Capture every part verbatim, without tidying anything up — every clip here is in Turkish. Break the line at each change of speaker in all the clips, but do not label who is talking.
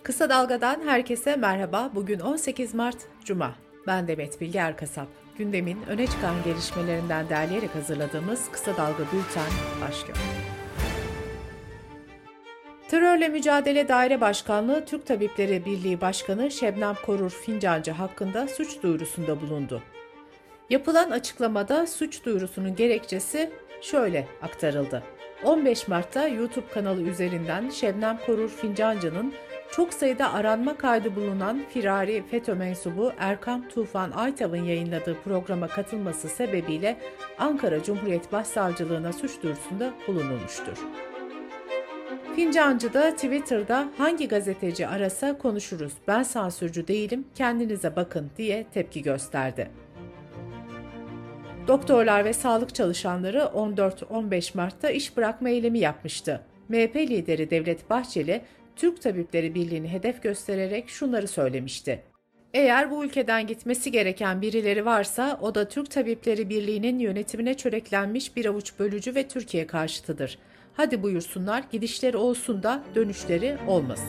Kısa Dalga'dan herkese merhaba. Bugün on sekiz Mart Cuma. Ben Demet Bilge Erkasap. Gündemin öne çıkan gelişmelerinden derleyerek hazırladığımız Kısa Dalga Bülten başlıyor. Terörle Mücadele Daire Başkanlığı Türk Tabipleri Birliği Başkanı Şebnem Korur Fincancı hakkında suç duyurusunda bulundu. Yapılan açıklamada suç duyurusunun gerekçesi şöyle aktarıldı. on beş Mart'ta YouTube kanalı üzerinden Şebnem Korur Fincancı'nın çok sayıda aranma kaydı bulunan firari FETÖ mensubu Erkam Tufan Aytav'ın yayınladığı programa katılması sebebiyle Ankara Cumhuriyet Başsavcılığına suç duyurusunda bulunulmuştur. Fincancı da Twitter'da hangi gazeteci arasa konuşuruz, ben sansürcü değilim, kendinize bakın diye tepki gösterdi. Doktorlar ve sağlık çalışanları on dört on beş Mart'ta iş bırakma eylemi yapmıştı. M H P lideri Devlet Bahçeli, Türk Tabipleri Birliği'ni hedef göstererek şunları söylemişti. Eğer bu ülkeden gitmesi gereken birileri varsa o da Türk Tabipleri Birliği'nin yönetimine çöreklenmiş bir avuç bölücü ve Türkiye karşıtıdır. Hadi buyursunlar, gidişleri olsun da dönüşleri olmasın.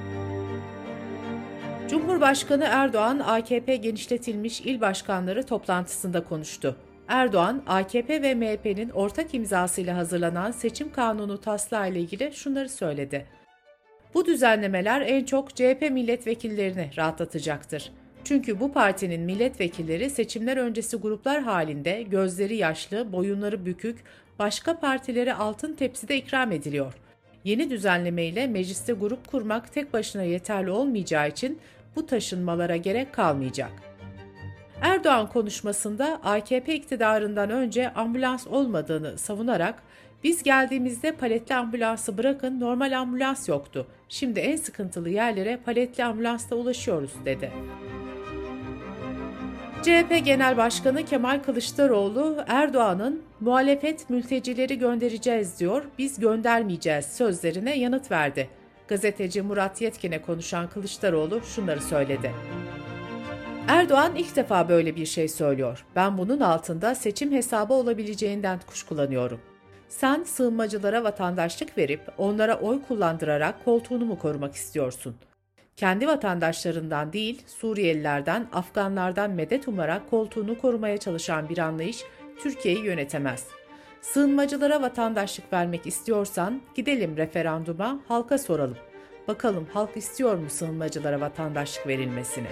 Cumhurbaşkanı Erdoğan, A K P genişletilmiş il başkanları toplantısında konuştu. Erdoğan, A K P ve M H P'nin ortak imzasıyla hazırlanan seçim kanunu taslağı ile ilgili şunları söyledi. Bu düzenlemeler en çok C H P milletvekillerini rahatlatacaktır. Çünkü bu partinin milletvekilleri seçimler öncesi gruplar halinde gözleri yaşlı, boyunları bükük, başka partilere altın tepside ikram ediliyor. Yeni düzenlemeyle mecliste grup kurmak tek başına yeterli olmayacağı için bu taşınmalara gerek kalmayacak. Erdoğan konuşmasında A K P iktidarından önce ambulans olmadığını savunarak biz geldiğimizde paletli ambulansı bırakın normal ambulans yoktu. Şimdi en sıkıntılı yerlere paletli ambulansla ulaşıyoruz dedi. C H P Genel Başkanı Kemal Kılıçdaroğlu, Erdoğan'ın muhalefet mültecileri göndereceğiz diyor, biz göndermeyeceğiz sözlerine yanıt verdi. Gazeteci Murat Yetkin'e konuşan Kılıçdaroğlu şunları söyledi. Erdoğan ilk defa böyle bir şey söylüyor. Ben bunun altında seçim hesabı olabileceğinden kuşkulanıyorum. Sen sığınmacılara vatandaşlık verip onlara oy kullandırarak koltuğunu mu korumak istiyorsun? Kendi vatandaşlarından değil, Suriyelilerden, Afganlardan medet umarak koltuğunu korumaya çalışan bir anlayış Türkiye'yi yönetemez. Sığınmacılara vatandaşlık vermek istiyorsan gidelim referanduma, halka soralım. Bakalım halk istiyor mu sığınmacılara vatandaşlık verilmesini?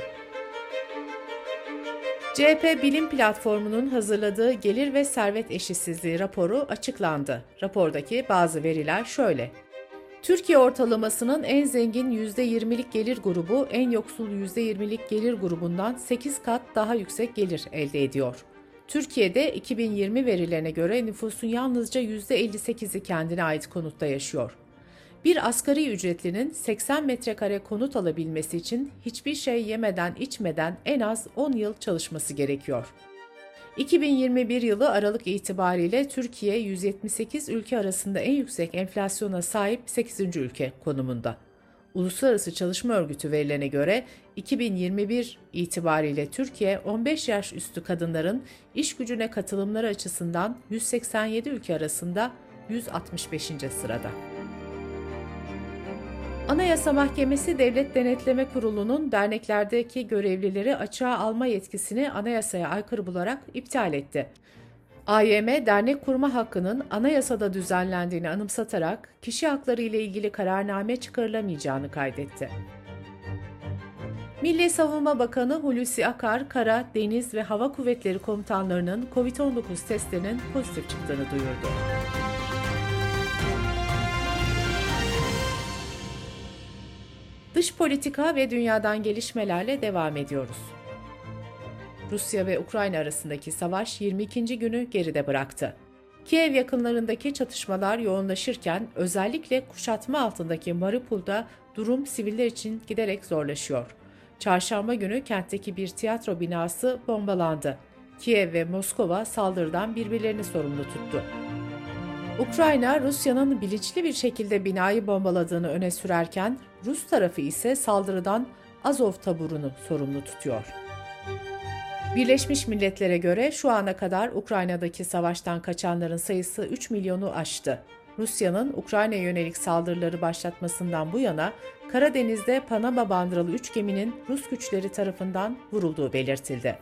C H P Bilim Platformu'nun hazırladığı Gelir ve Servet Eşitsizliği raporu açıklandı. Rapordaki bazı veriler şöyle. Türkiye ortalamasının en zengin yüzde yirmilik gelir grubu, en yoksul yüzde yirmilik gelir grubundan sekiz kat daha yüksek gelir elde ediyor. Türkiye'de iki bin yirmi verilerine göre nüfusun yalnızca yüzde elli sekizi kendine ait konutta yaşıyor. Bir asgari ücretlinin seksen metrekare konut alabilmesi için hiçbir şey yemeden içmeden en az on yıl çalışması gerekiyor. iki bin yirmi bir yılı Aralık itibariyle Türkiye yüz yetmiş sekiz ülke arasında en yüksek enflasyona sahip sekizinci ülke konumunda. Uluslararası Çalışma Örgütü verilerine göre iki bin yirmi bir itibariyle Türkiye on beş yaş üstü kadınların iş gücüne katılımları açısından yüz seksen yedi ülke arasında yüz altmış beşinci sırada. Anayasa Mahkemesi Devlet Denetleme Kurulu'nun derneklerdeki görevlileri açığa alma yetkisini anayasaya aykırı bularak iptal etti. A Y M, dernek kurma hakkının anayasada düzenlendiğini anımsatarak kişi hakları ile ilgili kararname çıkarılamayacağını kaydetti. Milli Savunma Bakanı Hulusi Akar, Kara, Deniz ve Hava Kuvvetleri komutanlarının kovid on dokuz testlerinin pozitif çıktığını duyurdu. Dış politika ve dünyadan gelişmelerle devam ediyoruz. Rusya ve Ukrayna arasındaki savaş yirmi ikinci günü geride bıraktı. Kiev yakınlarındaki çatışmalar yoğunlaşırken özellikle kuşatma altındaki Mariupol'da durum siviller için giderek zorlaşıyor. Çarşamba günü kentteki bir tiyatro binası bombalandı. Kiev ve Moskova saldırıdan birbirlerini sorumlu tuttu. Ukrayna, Rusya'nın bilinçli bir şekilde binayı bombaladığını öne sürerken, Rus tarafı ise saldırıdan Azov taburunu sorumlu tutuyor. Birleşmiş Milletler'e göre şu ana kadar Ukrayna'daki savaştan kaçanların sayısı üç milyonu aştı. Rusya'nın Ukrayna'ya yönelik saldırıları başlatmasından bu yana Karadeniz'de Panama bandıralı üç geminin Rus güçleri tarafından vurulduğu belirtildi.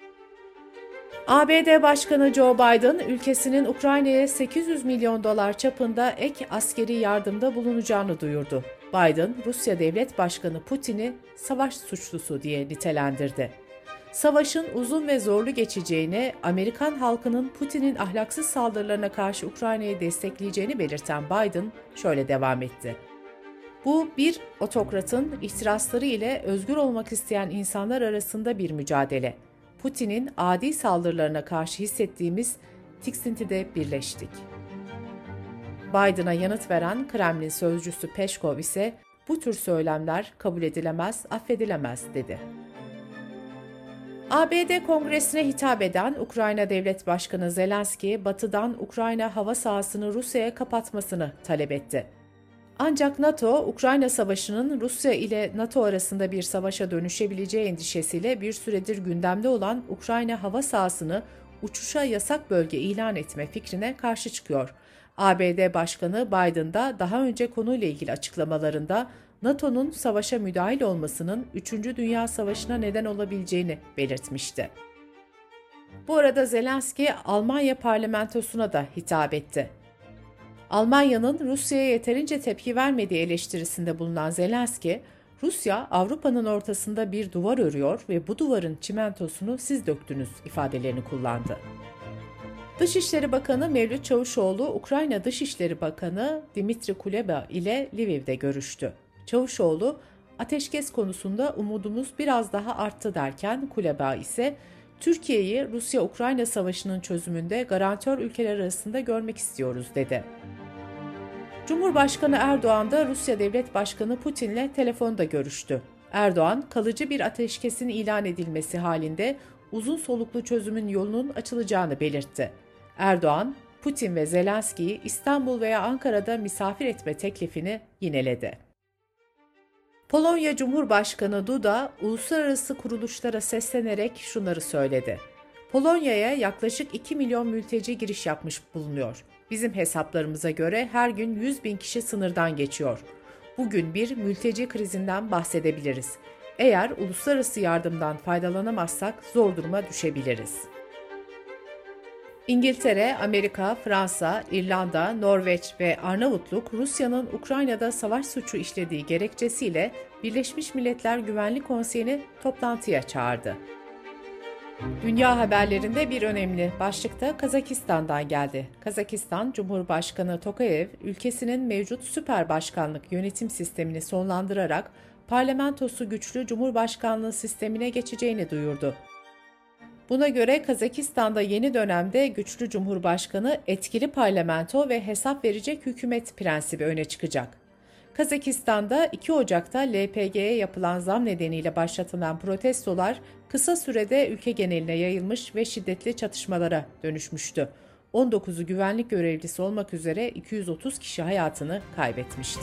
A B D Başkanı Joe Biden, ülkesinin Ukrayna'ya sekiz yüz milyon dolar çapında ek askeri yardımda bulunacağını duyurdu. Biden, Rusya Devlet Başkanı Putin'i savaş suçlusu diye nitelendirdi. Savaşın uzun ve zorlu geçeceğini, Amerikan halkının Putin'in ahlaksız saldırılarına karşı Ukrayna'yı destekleyeceğini belirten Biden şöyle devam etti. Bu bir otokratın ihtirasları ile özgür olmak isteyen insanlar arasında bir mücadele. Putin'in adi saldırılarına karşı hissettiğimiz tiksintide birleştik. Biden'a yanıt veren Kremlin sözcüsü Peskov ise bu tür söylemler kabul edilemez, affedilemez dedi. A B D Kongresi'ne hitap eden Ukrayna Devlet Başkanı Zelenski, Batı'dan Ukrayna hava sahasını Rusya'ya kapatmasını talep etti. Ancak NATO, Ukrayna Savaşı'nın Rusya ile NATO arasında bir savaşa dönüşebileceği endişesiyle bir süredir gündemde olan Ukrayna hava sahasını uçuşa yasak bölge ilan etme fikrine karşı çıkıyor. A B D Başkanı Biden da daha önce konuyla ilgili açıklamalarında NATO'nun savaşa müdahil olmasının üçüncü Dünya Savaşı'na neden olabileceğini belirtmişti. Bu arada Zelenski, Almanya parlamentosuna da hitap etti. Almanya'nın Rusya'ya yeterince tepki vermediği eleştirisinde bulunan Zelenski, Rusya, Avrupa'nın ortasında bir duvar örüyor ve bu duvarın çimentosunu siz döktünüz ifadelerini kullandı. Dışişleri Bakanı Mevlüt Çavuşoğlu, Ukrayna Dışişleri Bakanı Dmitri Kuleba ile Lviv'de görüştü. Çavuşoğlu, ateşkes konusunda umudumuz biraz daha arttı derken Kuleba ise Türkiye'yi Rusya-Ukrayna savaşının çözümünde garantör ülkeler arasında görmek istiyoruz dedi. Cumhurbaşkanı Erdoğan da Rusya Devlet Başkanı Putin'le telefonda görüştü. Erdoğan, kalıcı bir ateşkesin ilan edilmesi halinde uzun soluklu çözümün yolunun açılacağını belirtti. Erdoğan, Putin ve Zelenski'yi İstanbul veya Ankara'da misafir etme teklifini yineledi. Polonya Cumhurbaşkanı Duda, uluslararası kuruluşlara seslenerek şunları söyledi. Polonya'ya yaklaşık iki milyon mülteci giriş yapmış bulunuyor. Bizim hesaplarımıza göre her gün yüz bin kişi sınırdan geçiyor. Bugün bir mülteci krizinden bahsedebiliriz. Eğer uluslararası yardımdan faydalanamazsak zor duruma düşebiliriz. İngiltere, Amerika, Fransa, İrlanda, Norveç ve Arnavutluk, Rusya'nın Ukrayna'da savaş suçu işlediği gerekçesiyle Birleşmiş Milletler Güvenlik Konseyi'ni toplantıya çağırdı. Dünya haberlerinde bir önemli başlık da Kazakistan'dan geldi. Kazakistan Cumhurbaşkanı Tokayev, ülkesinin mevcut süper başkanlık yönetim sistemini sonlandırarak parlamentosu güçlü Cumhurbaşkanlığı sistemine geçeceğini duyurdu. Buna göre Kazakistan'da yeni dönemde güçlü Cumhurbaşkanı, etkili parlamento ve hesap verecek hükümet prensibi öne çıkacak. Kazakistan'da iki Ocak'ta L P G'ye yapılan zam nedeniyle başlatılan protestolar kısa sürede ülke geneline yayılmış ve şiddetli çatışmalara dönüşmüştü. on dokuzu güvenlik görevlisi olmak üzere iki yüz otuz kişi hayatını kaybetmişti.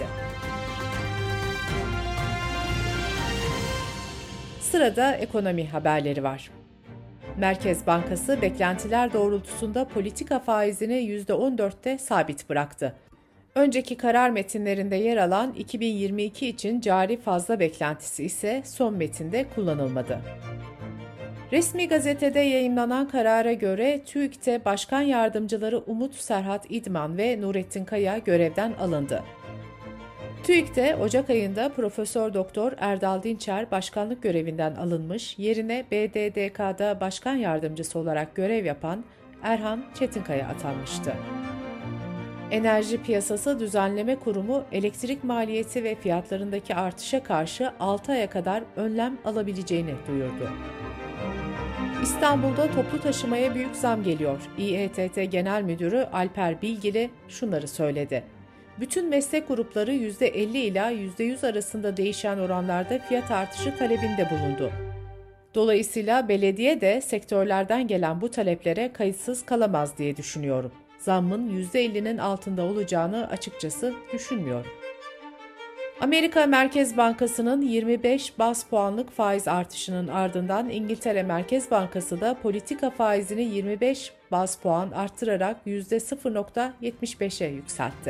Sırada ekonomi haberleri var. Merkez Bankası beklentiler doğrultusunda politika faizini yüzde on dörtte sabit bıraktı. Önceki karar metinlerinde yer alan iki bin yirmi iki için cari fazla beklentisi ise son metinde kullanılmadı. Resmi gazetede yayımlanan karara göre TÜİK'te Başkan Yardımcıları Umut Serhat İdman ve Nurettin Kaya görevden alındı. TÜİK'te Ocak ayında Profesör Doktor Erdal Dinçer başkanlık görevinden alınmış, yerine B D D K'da başkan yardımcısı olarak görev yapan Erhan Çetinkaya atanmıştı. Enerji Piyasası Düzenleme Kurumu, elektrik maliyeti ve fiyatlarındaki artışa karşı altı aya kadar önlem alabileceğini duyurdu. İstanbul'da toplu taşımaya büyük zam geliyor. İ E T T Genel Müdürü Alper Bilgili şunları söyledi. Bütün meslek grupları yüzde elli ila yüzde yüz arasında değişen oranlarda fiyat artışı talebinde bulundu. Dolayısıyla belediye de sektörlerden gelen bu taleplere kayıtsız kalamaz diye düşünüyorum. Zammın yüzde ellinin altında olacağını açıkçası düşünmüyorum. Amerika Merkez Bankası'nın yirmi beş baz puanlık faiz artışının ardından İngiltere Merkez Bankası da politika faizini yirmi beş baz puan arttırarak yüzde sıfır virgül yetmiş beşe yükseltti.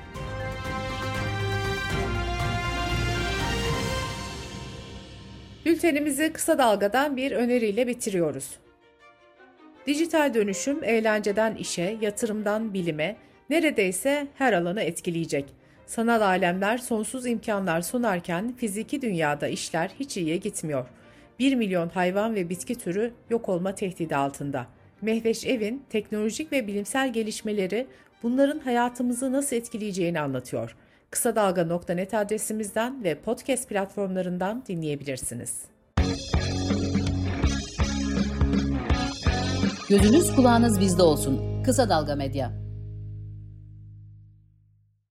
Bültenimizi kısa dalgadan bir öneriyle bitiriyoruz. Dijital dönüşüm eğlenceden işe, yatırımdan bilime, neredeyse her alanı etkileyecek. Sanal alemler sonsuz imkanlar sunarken fiziki dünyada işler hiç iyiye gitmiyor. Bir milyon hayvan ve bitki türü yok olma tehdidi altında. Mehveş Evin teknolojik ve bilimsel gelişmeleri bunların hayatımızı nasıl etkileyeceğini anlatıyor. kısa dalga nokta net adresimizden ve podcast platformlarından dinleyebilirsiniz.
Gözünüz kulağınız bizde olsun. Kısa Dalga Medya.